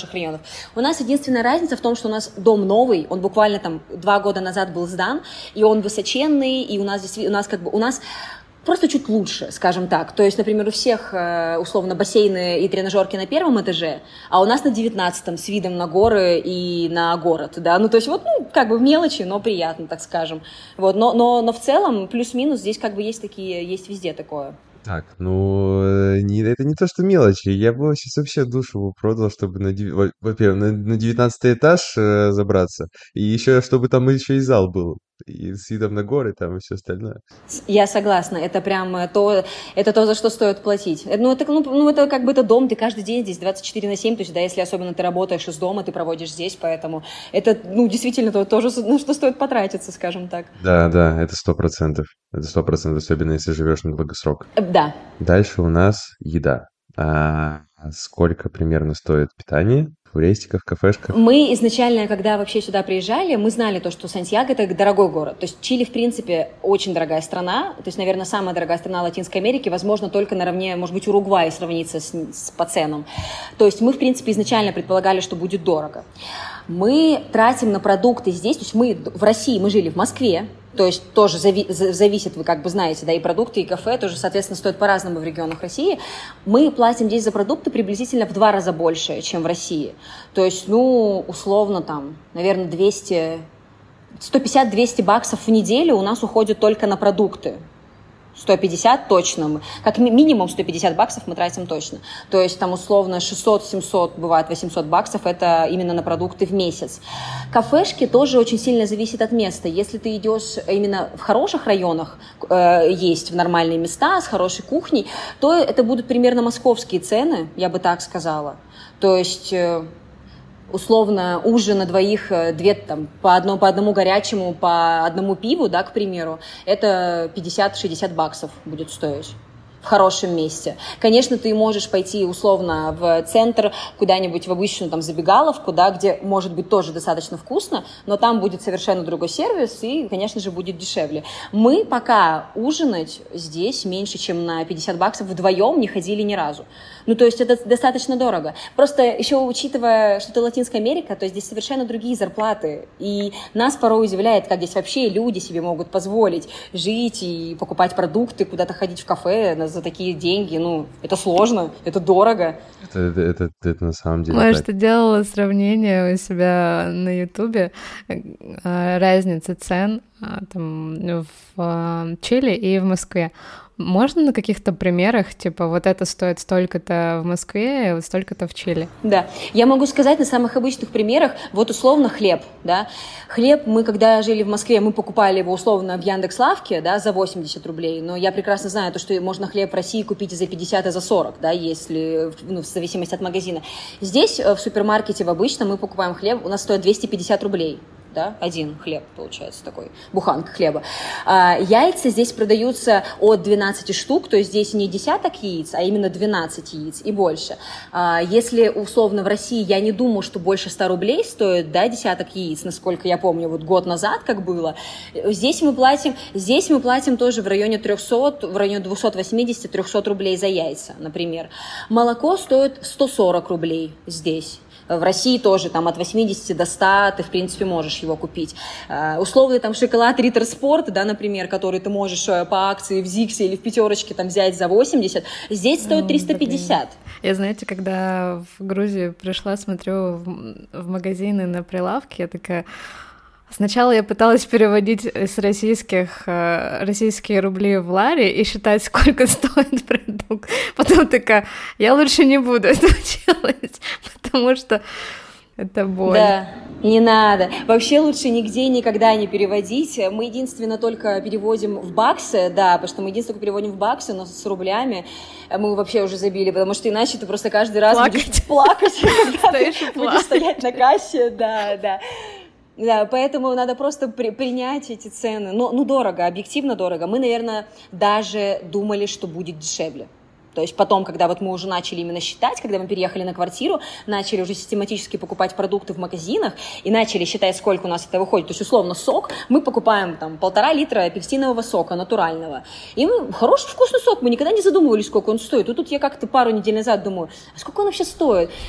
У нас единственная разница в том, что у нас дом новый, он буквально там два года назад был сдан, и он высоченный, и у нас здесь, у нас как бы, у нас просто чуть лучше, скажем так. То есть, например, у всех, условно, бассейны и тренажерки на первом этаже, а у нас на девятнадцатом с видом на горы и на город, да. Ну, то есть, вот, ну, как бы в мелочи, но приятно, так скажем. Вот, но, но, но в целом, плюс-минус, здесь как бы есть такие, есть везде такое. Так, ну, э, не, это не то, что мелочи. Я бы сейчас вообще душу бы продал, чтобы, на, деви- во- во-первых, на, на девятнадцатый этаж э, забраться, и еще, чтобы там еще и зал был, и с видом на горы там и все остальное. Я согласна, это прям то, это то, за что стоит платить. Ну это, ну, ну, это как бы это дом, ты каждый день здесь двадцать четыре на семь, то есть, да, если особенно ты работаешь из дома, ты проводишь здесь, поэтому это, ну, действительно то, тоже, на что стоит потратиться, скажем так. Да, да, это сто процентов. Это сто процентов, особенно если живешь на долгосрок. Да. Дальше у нас еда. А сколько примерно стоит питание в рестиках, кафешках? Мы изначально, когда вообще сюда приезжали, мы знали то, что Сантьяго — это дорогой город. То есть Чили, в принципе, очень дорогая страна. То есть, наверное, самая дорогая страна Латинской Америки. Возможно, только наравне, может быть, Уругвай сравнится с, с, по ценам. То есть мы, в принципе, изначально предполагали, что будет дорого. Мы тратим на продукты здесь. То есть мы в России, мы жили в Москве. То есть тоже зави- зависит, вы как бы знаете, да, и продукты, и кафе тоже, соответственно, стоят по-разному в регионах России. Мы платим здесь за продукты приблизительно в два раза больше, чем в России. То есть, ну, условно, там, наверное, двести, сто пятьдесят - двести баксов в неделю у нас уходит только на продукты. сто пятьдесят точно, как минимум сто пятьдесят баксов мы тратим точно. То есть там условно шестьсот - семьсот, бывает восемьсот баксов, это именно на продукты в месяц. Кафешки тоже очень сильно зависит от места. Если ты идешь именно в хороших районах, э, есть в нормальные места с хорошей кухней, то это будут примерно московские цены, я бы так сказала. То есть... Э, условно, ужин на двоих, две, там, по, одно, по одному горячему, по одному пиву, да, к примеру, это пятьдесят - шестьдесят баксов будет стоить в хорошем месте. Конечно, ты можешь пойти условно в центр, куда-нибудь в обычную там забегаловку, да, где может быть тоже достаточно вкусно, но там будет совершенно другой сервис и, конечно же, будет дешевле. Мы пока ужинать здесь меньше, чем на пятьдесят баксов вдвоем не ходили ни разу. Ну, то есть это достаточно дорого. Просто еще учитывая, что это Латинская Америка, то здесь совершенно другие зарплаты. И нас порой удивляет, как здесь вообще люди себе могут позволить жить и покупать продукты, куда-то ходить в кафе за такие деньги. Ну, это сложно, это дорого. Это, это, это, это на самом деле Может, так. ты делала сравнение у себя на Ютубе, разницы цен там, в Чили и в Москве. Можно на каких-то примерах, типа, вот это стоит столько-то в Москве, вот столько-то в Чили? Да, я могу сказать на самых обычных примерах, вот условно хлеб, да. Хлеб мы, когда жили в Москве, мы покупали его условно в Яндекс.Лавке, да, за восемьдесят рублей, но я прекрасно знаю то, что можно хлеб в России купить и за пятьдесят, и за сорок, да, если, ну, в зависимости от магазина. Здесь в супермаркете в обычном мы покупаем хлеб, у нас стоит двести пятьдесят рублей. Да, один хлеб, получается, такой, буханка хлеба. А, яйца здесь продаются от двенадцати штук, то есть здесь не десяток яиц, а именно двенадцать яиц и больше. А, если, условно, в России, я не думаю, что больше ста рублей стоит, да, десяток яиц, насколько я помню, вот год назад как было, здесь мы платим, здесь мы платим тоже в районе трехсот, в районе двухсот восьмидесяти - трехсот рублей за яйца, например. Молоко стоит сто сорок рублей здесь. В России тоже там от восьмидесяти до ста ты, в принципе, можешь его купить. Uh, условный там шоколад Риттер Спорт, да, например, который ты можешь по акции в Зиксе или в пятерочке там взять за восемьдесят, здесь стоит триста пятьдесят. Я, знаете, когда в Грузию пришла, смотрю в, в магазины на прилавке, я такая... Сначала я пыталась переводить с российских российские рубли в лари и считать, сколько стоит продукт. Потом такая, я лучше не буду этого делать, потому что это боль. Да, не надо. Вообще лучше нигде никогда не переводить. Мы единственно только переводим в баксы, да, потому что мы единственно переводим в баксы, но с рублями мы вообще уже забили, потому что иначе ты просто каждый раз плакать. будешь плакать, когда ты будешь стоять на кассе, да, да. Да, поэтому надо просто при, принять эти цены. Но, ну, дорого, объективно дорого. Мы, наверное, даже думали, что будет дешевле. То есть потом, когда вот мы уже начали именно считать, когда мы переехали на квартиру, начали уже систематически покупать продукты в магазинах и начали считать, сколько у нас это выходит. То есть, условно, сок, мы покупаем там полтора литра апельсинового сока натурального. И мы, хороший вкусный сок, мы никогда не задумывались, сколько он стоит. И тут я как-то пару недель назад думаю, а сколько он вообще стоит?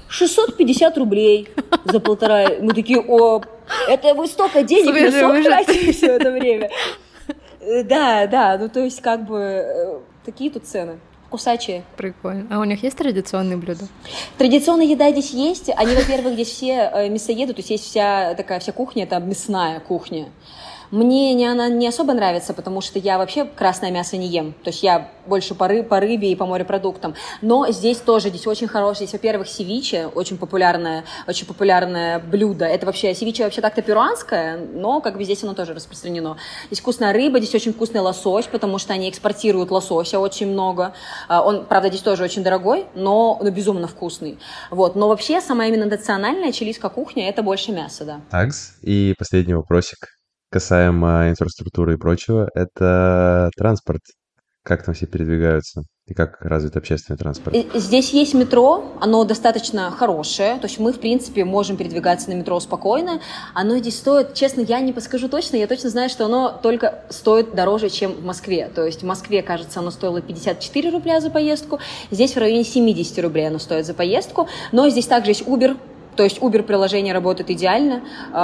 шестьсот пятьдесят рублей за полтора. Мы такие, о, это вы столько денег на сок тратили все это время. Да, да, ну то есть как бы такие тут цены. Кусачие. Прикольно. А у них есть традиционные блюда? Традиционная еда здесь есть. Они, во-первых, здесь все мясоеды, то есть есть вся такая вся кухня, это мясная кухня. Мне не, она не особо нравится, потому что я вообще красное мясо не ем. То есть я больше по, ры, по рыбе и по морепродуктам. Но здесь тоже, здесь очень хорошее. Здесь, во-первых, севиче, очень популярное, очень популярное блюдо. Это вообще, севиче вообще так-то перуанское, но как бы здесь оно тоже распространено. Здесь вкусная рыба, здесь очень вкусный лосось, потому что они экспортируют лосося очень много. Он, правда, здесь тоже очень дорогой, но, но безумно вкусный. Вот. Но вообще, сама именно национальная чилийская кухня, это больше мясо, да. Такс. И последний вопросик. Касаемо инфраструктуры и прочего, это транспорт. Как там все передвигаются? И как развит общественный транспорт? Здесь есть метро, оно достаточно хорошее. То есть мы, в принципе, можем передвигаться на метро спокойно. Оно здесь стоит, честно, я не подскажу точно, я точно знаю, что оно только стоит дороже, чем в Москве. То есть в Москве, кажется, оно стоило пятьдесят четыре рубля за поездку. Здесь в районе семьдесят рублей оно стоит за поездку. Но здесь также есть Uber. То есть Uber-приложение работает идеально.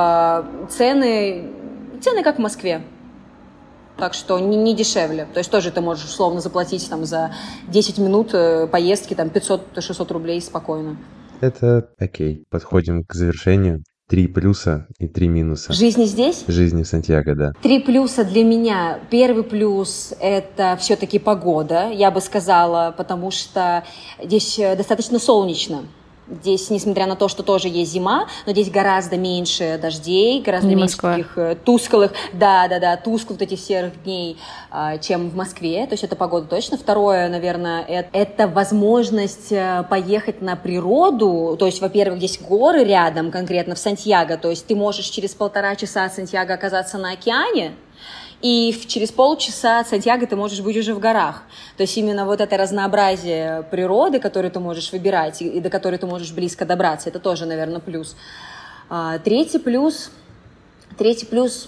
Цены... Цены как в Москве, так что не, не дешевле. То есть тоже ты можешь условно заплатить там, за десять минут поездки там, пятьсот-шестьсот рублей спокойно. Это окей. Подходим к завершению. Три плюса и три минуса. Жизни здесь? Жизни в Сантьяго, да. Три плюса для меня. Первый плюс – это все-таки погода, я бы сказала, потому что здесь достаточно солнечно. Здесь, несмотря на то, что тоже есть зима, но здесь гораздо меньше дождей, гораздо Не меньше Москва. таких тусклых, да, да, да, тусклых вот этих серых дней, чем в Москве. То есть это погода точно. Второе, наверное, это, это возможность поехать на природу. То есть, во-первых, здесь горы рядом, конкретно в Сантьяго. То есть ты можешь через полтора часа от Сантьяго оказаться на океане. И через полчаса от Сантьяго ты можешь быть уже в горах. То есть именно вот это разнообразие природы, которую ты можешь выбирать и до которой ты можешь близко добраться, это тоже, наверное, плюс. А, третий плюс... Третий плюс...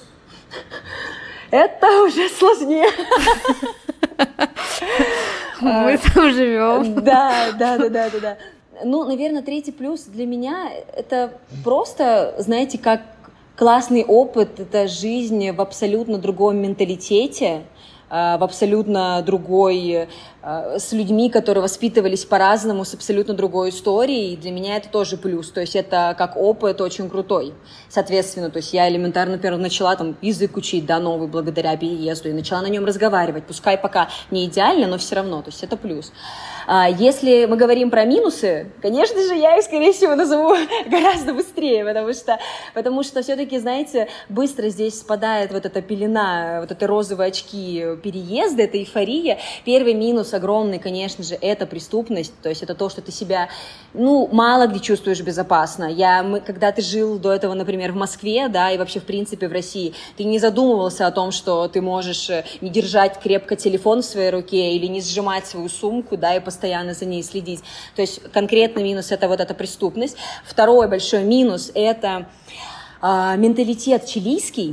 Это уже сложнее. Мы там живем. Да, да, да, да, да. Ну, наверное, третий плюс для меня это просто, знаете, как классный опыт, это жизнь в абсолютно другом менталитете, в абсолютно другой, с людьми, которые воспитывались по-разному, с абсолютно другой историей. И для меня это тоже плюс. То есть это как опыт очень крутой. Соответственно, то есть я элементарно, например, начала там язык учить, да, новый благодаря переезду, и начала на нем разговаривать. Пускай пока не идеально, но все равно. То есть это плюс. Если мы говорим про минусы, конечно же, я их, скорее всего, назову гораздо быстрее, потому что, потому что все-таки, знаете, быстро здесь спадает вот эта пелена, вот эти розовые очки переезда, это эйфория. Первый минус огромный, конечно же, это преступность, то есть это то, что ты себя, ну, мало где чувствуешь безопасно. Я, мы, когда ты жил до этого, например, в Москве, да, и вообще, в принципе, в России, ты не задумывался о том, что ты можешь не держать крепко телефон в своей руке или не сжимать свою сумку, да, и постоянно за ней следить. То есть конкретный минус – это вот эта преступность. Второй большой минус – это э, менталитет чилийский,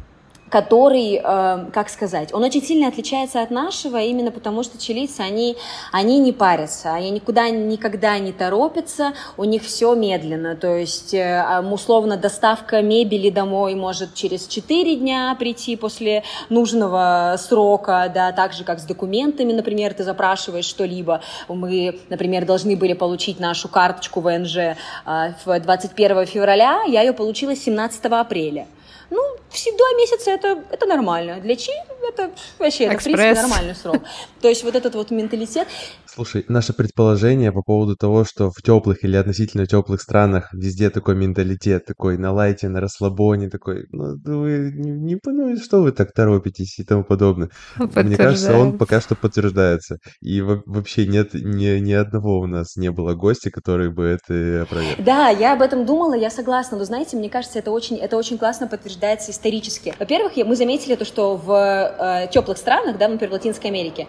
который, э, как сказать, он очень сильно отличается от нашего, именно потому что чилийцы, они, они не парятся, они никуда никогда не торопятся, у них все медленно, то есть, э, условно, доставка мебели домой может через четыре дня прийти после нужного срока, да, так же, как с документами, например, ты запрашиваешь что-либо, мы, например, должны были получить нашу карточку вэ эн жэ э, в двадцать первого февраля, я ее получила семнадцатого апреля. Ну, все два месяца это, это нормально. Для Чили это вообще, это, в принципе, нормальный срок. То есть вот этот вот менталитет. Слушай, наше предположение по поводу того, что в теплых или относительно теплых странах везде такой менталитет, такой на лайте, на расслабоне, такой, ну, вы не, не ну, что вы так торопитесь и тому подобное. Мне кажется, он пока что подтверждается. И вообще нет ни, ни одного у нас не было гостя, который бы это опроверг. Да, я об этом думала, я согласна. Но знаете, мне кажется, это очень, это очень классно подтверждается исторически. Во-первых, мы заметили то, что в э, теплых странах, да, например, в Латинской Америке,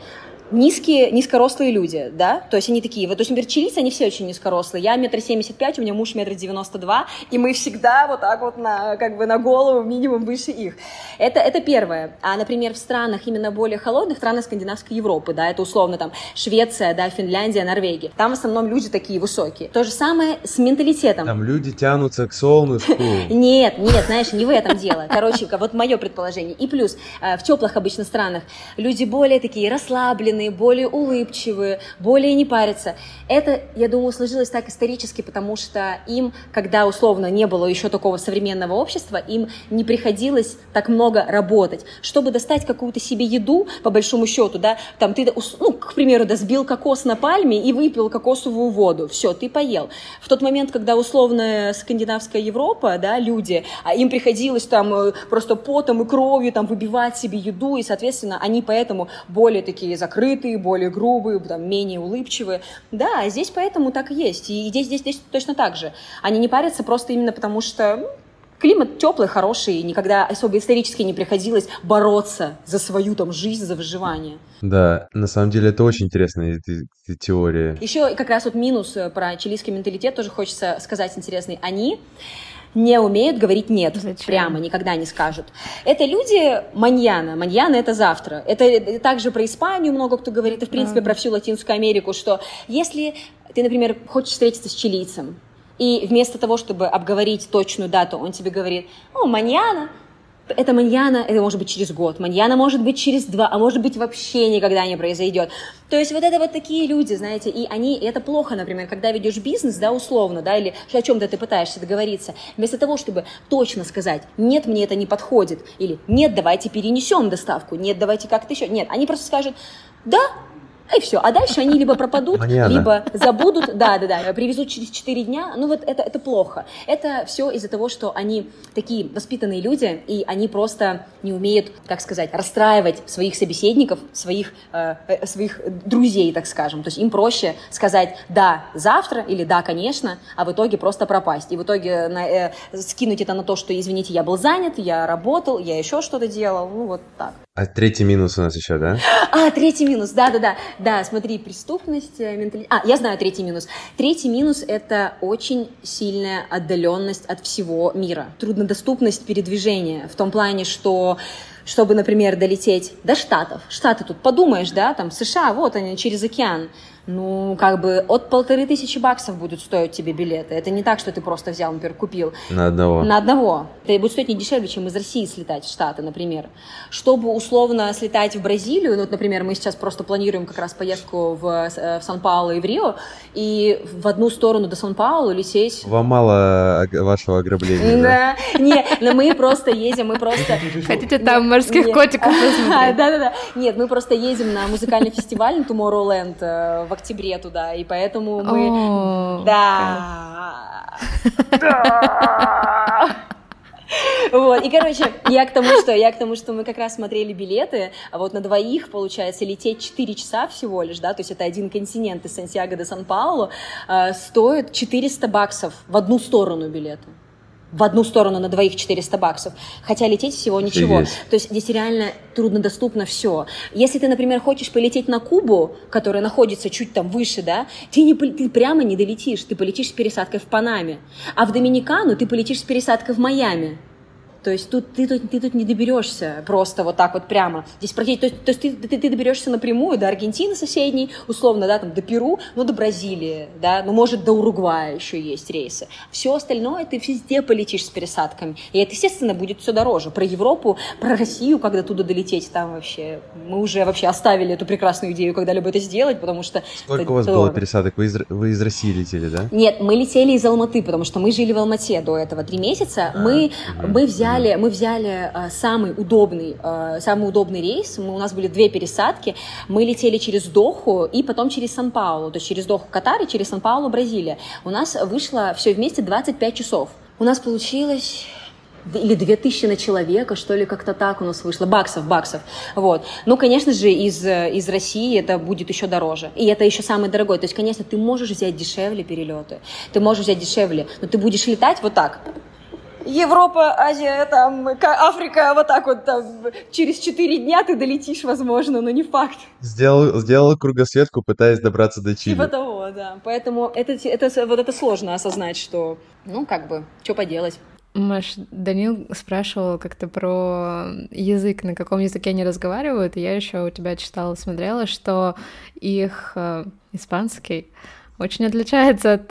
низкие, низкорослые люди, да, то есть они такие, вот, то есть, например, чилийцы, они все очень низкорослые, я метр семьдесят пять, у меня муж метр девяносто два, и мы всегда вот так вот на, как бы на голову минимум выше их. Это, это первое. А, например, в странах именно более холодных, странах Скандинавской Европы, да, это условно там Швеция, да, Финляндия, Норвегия, там в основном люди такие высокие. То же самое с менталитетом. Там люди тянутся к солнышку. Нет, нет, знаешь, не в этом дело. Короче, вот мое предположение. И плюс, в теплых обычно странах люди более такие расслабленные, более улыбчивые, более не парятся. Это, я думаю, сложилось так исторически, потому что им, когда условно не было еще такого современного общества, им не приходилось так много работать. Чтобы достать какую-то себе еду, по большому счету, да, там ты, ну, к примеру, да, сбил кокос на пальме и выпил кокосовую воду. Все, ты поел. В тот момент, когда условная скандинавская Европа, да, люди, а им приходилось там просто потом и кровью там выбивать себе еду, и, соответственно, они поэтому более такие закрытые, более грубые, там, менее улыбчивые. Да, здесь поэтому так и есть. И здесь, здесь, здесь точно так же. Они не парятся просто именно потому, что ну, климат теплый, хороший, и никогда особо исторически не приходилось бороться за свою там жизнь, за выживание. Да, на самом деле это очень интересная теория. Еще как раз вот минус про чилийский менталитет тоже хочется сказать интересный. Они не умеют говорить «нет», Зачем? Прямо, никогда не скажут. Это люди маньяна, маньяна — это завтра. Это также про Испанию много кто говорит, и, в принципе, mm-hmm. про всю Латинскую Америку, что если ты, например, хочешь встретиться с чилийцем, и вместо того, чтобы обговорить точную дату, он тебе говорит «О, маньяна», это маньяна, это может быть через год, маньяна может быть через два, а может быть вообще никогда не произойдет. То есть вот это вот такие люди, знаете, и они, и это плохо, например, когда ведешь бизнес, да, условно, да, или о чем-то ты пытаешься договориться, вместо того, чтобы точно сказать, нет, мне это не подходит, или нет, давайте перенесем доставку, нет, давайте как-то еще, нет, они просто скажут, да, и все. А дальше они либо пропадут, Маньяна. либо забудут. Да, да, да. Привезут через четыре дня. Ну вот это, это плохо. Это все из-за того, что они такие воспитанные люди, и они просто не умеют, как сказать, расстраивать своих собеседников, своих, э, своих друзей, так скажем. То есть им проще сказать «да, завтра» или «да, конечно», а в итоге просто пропасть. И в итоге на, э, скинуть это на то, что, извините, я был занят, я работал, я еще что-то делал. Ну вот так. А третий минус у нас еще, да? А, третий минус, да-да-да. Да, смотри, преступность, менталитет. А, я знаю третий минус. Третий минус – это очень сильная отдаленность от всего мира. Труднодоступность передвижения в том плане, что чтобы, например, долететь до Штатов. Штаты тут подумаешь, да, там США, вот они, через океан. Ну, как бы от полторы тысячи баксов будут стоить тебе билеты. Это не так, что ты просто взял, например, купил. На одного. На одного. Это будет стоить не дешевле, чем из России слетать в Штаты, например. Чтобы условно слетать в Бразилию, ну, вот, например, мы сейчас просто планируем как раз поездку в, в Сан-Паулу и в Рио, и в одну сторону до Сан-Паулу лететь... Вам мало вашего ограбления, да? Да. Не, но мы просто едем, мы просто... Хотите там морских котиков посмотреть? Да-да-да. Нет, мы просто едем на музыкальный фестиваль на Tomorrowland в октябре туда, и поэтому мы... Oh, да. Да. Вот, и, короче, я к тому, что я к тому, что мы как раз смотрели билеты, а вот на двоих, получается, лететь четыре часа всего лишь, да, то есть это один континент из Сантьяго до Сан-Паулу, э, стоит четыреста баксов в одну сторону билеты. В одну сторону на двоих четыреста баксов, хотя лететь всего ничего. Есть. То есть здесь реально труднодоступно все. Если ты, например, хочешь полететь на Кубу, которая находится чуть там выше, да, ты, не, ты прямо не долетишь, ты полетишь с пересадкой в Панаме. А в Доминикану ты полетишь с пересадкой в Майами. То есть тут ты, тут ты тут не доберешься просто вот так вот прямо. Здесь практически, то есть, то есть ты, ты, ты доберешься напрямую до Аргентины соседней, условно, да, там, до Перу, ну, до Бразилии, да, ну, может, до Уругвая еще есть рейсы. Все остальное ты везде полетишь с пересадками. И это, естественно, будет все дороже. Про Европу, про Россию, когда туда долететь, там вообще, мы уже вообще оставили эту прекрасную идею, когда-либо это сделать, потому что... Сколько это, у вас это было дорого. пересадок? Вы из, вы из России летели, да? Нет, мы летели из Алматы, потому что мы жили в Алмате до этого три месяца. А, мы, угу, мы взяли Мы взяли uh, самый удобный, uh, самый удобный рейс. Мы, у нас были две пересадки. Мы летели через Доху и потом через Сан-Паулу. То есть через Доху Катар и через Сан-Паулу Бразилия. У нас вышло все вместе двадцать пять часов. У нас получилось... или две тысячи на человека, что ли, как-то так у нас вышло. Баксов, баксов. Вот. Ну, конечно же, из, из России это будет еще дороже. И это еще самый дорогой. То есть, конечно, ты можешь взять дешевле перелеты. Ты можешь взять дешевле, но ты будешь летать вот так. Европа, Азия, там, Африка, вот так вот, там, через четыре дня ты долетишь, возможно, но не факт. Сделал, сделал кругосветку, пытаясь добраться до Чили. Типа того, да. Поэтому это, это, вот это сложно осознать, что, ну, как бы, что поделать. Маш, Данил спрашивал как-то про язык, на каком языке они разговаривают, и я еще у тебя читала, смотрела, что их э, испанский очень отличается от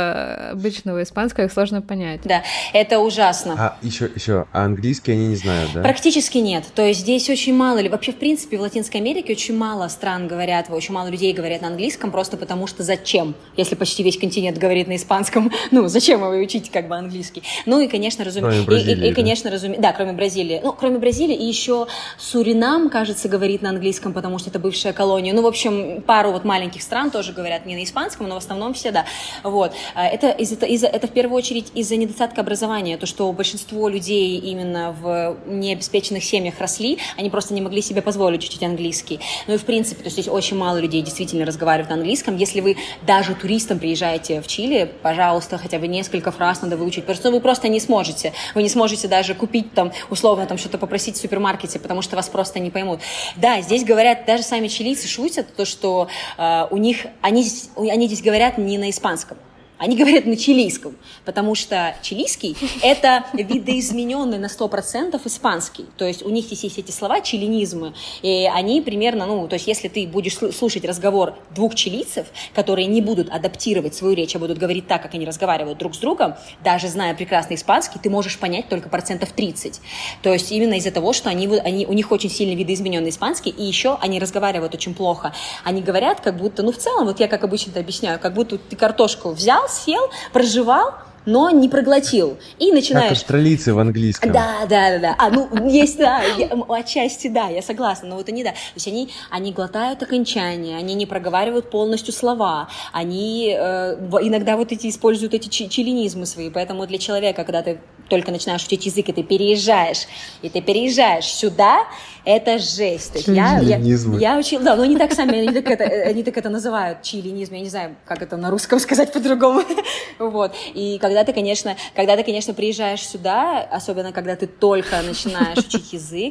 э, обычного испанского, их сложно понять. Да, это ужасно. А еще, еще, а английский они не знают, да? Практически нет. То есть здесь очень мало, или вообще в принципе в Латинской Америке очень мало стран говорят, очень мало людей говорят на английском, просто потому что зачем, если почти весь континент говорит на испанском, ну зачем вы учите как бы английский? Ну и конечно, разумеется, кроме Бразилии, и, и, и да? конечно, разумеется, да, кроме Бразилии, ну кроме Бразилии и еще Суринам, кажется, говорит на английском, потому что это бывшая колония. Ну в общем пару вот маленьких стран тоже говорят не на испанском, но в основном все, да. Вот. Это, из-за, из-за, это в первую очередь из-за недостатка образования, то, что большинство людей именно в необеспеченных семьях росли, они просто не могли себе позволить учить английский. Ну и в принципе, то есть здесь очень мало людей действительно разговаривают на английском. Если вы даже туристом приезжаете в Чили, пожалуйста, хотя бы несколько фраз надо выучить, потому что вы просто не сможете. Вы не сможете даже купить там, условно, там что-то попросить в супермаркете, потому что вас просто не поймут. Да, здесь говорят, даже сами чилийцы шутят, то, что э, у них, они, они здесь говорят не на испанском. Они говорят на чилийском, потому что чилийский – это видоизмененный на сто процентов испанский. То есть у них здесь есть эти слова, чилинизмы, и они примерно, ну, то есть если ты будешь слушать разговор двух чилийцев, которые не будут адаптировать свою речь, а будут говорить так, как они разговаривают друг с другом, даже зная прекрасный испанский, ты можешь понять только процентов тридцать. То есть именно из-за того, что они, они, у них очень сильно видоизмененный испанский, и еще они разговаривают очень плохо. Они говорят, как будто, ну, в целом, вот я как обычно это объясняю, как будто ты картошку взял, съел, прожевал, но не проглотил. И начинаешь... Как австралийцы в английском. Да, да, да, да. А, ну, есть, да, я, отчасти, да, я согласна, но вот они, да. То есть они, они глотают окончания, они не проговаривают полностью слова, они э, иногда вот эти используют эти чилинизмы свои, поэтому для человека, когда ты только начинаешь учить язык, и ты переезжаешь, и ты переезжаешь сюда, это жесть. То есть я, я, я учила, да, но они так сами, они так, это, они так это называют, чилинизм, я не знаю, как это на русском сказать по-другому. Вот. И когда ты, конечно, когда ты, конечно, приезжаешь сюда, особенно когда ты только начинаешь учить язык,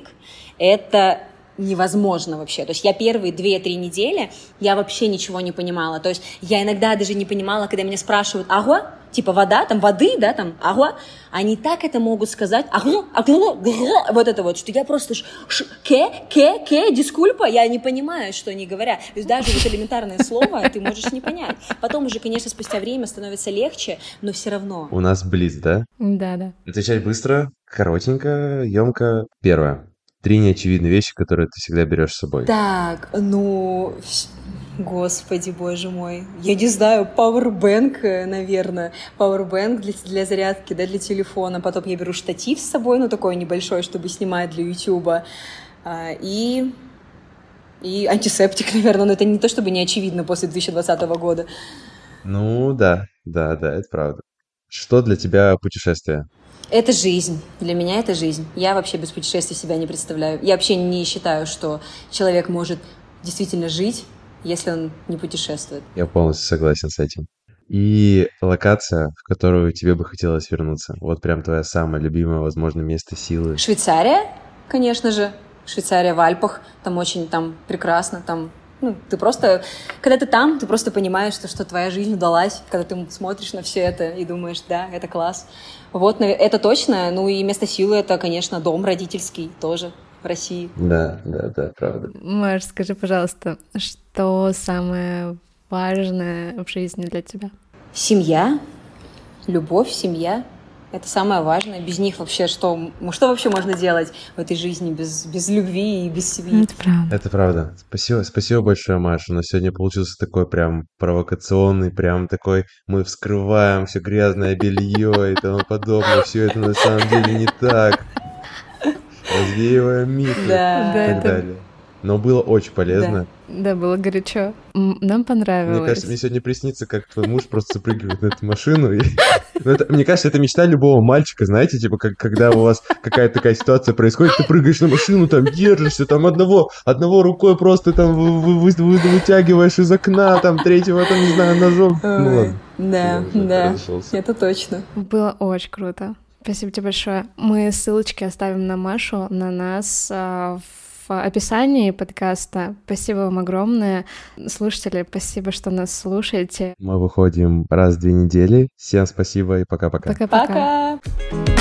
это невозможно вообще. То есть я первые две-три недели, я вообще ничего не понимала. То есть я иногда даже не понимала, когда меня спрашивают «агуа?» типа вода, там воды, да, там «агуа», они так это могут сказать «агуа», «агуа», вот это вот, что я просто «ке», «ке», «ке», «дискульпа», я не понимаю, что они говорят. То есть даже вот элементарное слово ты можешь не понять. Потом уже, конечно, спустя время становится легче, но все равно. У нас близ, да? Да, да. Отвечать быстро, коротенько, емко. Первое. Три неочевидные вещи, которые ты всегда берешь с собой. Так, ну, господи, боже мой, я не знаю, пауэрбэнк, наверное, пауэрбэнк для, для зарядки, да, для телефона. Потом я беру штатив с собой, ну, такой небольшой, чтобы снимать для Ютуба. А, и, и антисептик, наверное, но это не то, чтобы не очевидно после две тысячи двадцатого года. Ну, да, да, да, это правда. Что для тебя путешествие? Это жизнь. Для меня это жизнь. Я вообще без путешествий себя не представляю. Я вообще не считаю, что человек может действительно жить, если он не путешествует. Я полностью согласен с этим. И локация, в которую тебе бы хотелось вернуться? Вот прям твоя самая любимая, возможно, место силы. Швейцария, конечно же. Швейцария в Альпах. Там очень там прекрасно, там... Ну, ты просто, когда ты там, ты просто понимаешь, что, что твоя жизнь удалась, когда ты смотришь на все это и думаешь, да, это класс. Вот, это точно. Ну и место силы — это, конечно, дом родительский тоже в России. Да, да, да, правда. Маш, скажи, пожалуйста, что самое важное в жизни для тебя? Семья, любовь, семья. Это самое важное. Без них вообще что? Что вообще можно делать в этой жизни без, без любви и без семьи? Это правда. Это правда. Спасибо, спасибо большое, Маша. У нас сегодня получился такой прям провокационный, прям такой мы вскрываем все грязное белье и тому подобное. Все это на самом деле не так. Развеиваем мифы да. и так это... далее. Но было очень полезно. Да, да, было горячо. Нам понравилось. Мне кажется, мне сегодня приснится, как твой муж просто запрыгивает на эту машину. И... Ну, это, мне кажется, это мечта любого мальчика, знаете, типа, как, когда у вас какая-то такая ситуация происходит, ты прыгаешь на машину, там, держишься, там, одного, одного рукой просто там вы, вы, вы, вытягиваешь из окна, там, третьего, там, не знаю, ножом. Ну, ладно. Да, да, это точно. Было очень круто. Спасибо тебе большое. Мы ссылочки оставим на Машу, на нас в описании подкаста. Спасибо вам огромное. Слушатели, спасибо, что нас слушаете. Мы выходим раз в две недели. Всем спасибо и пока-пока. Пока-пока. Пока!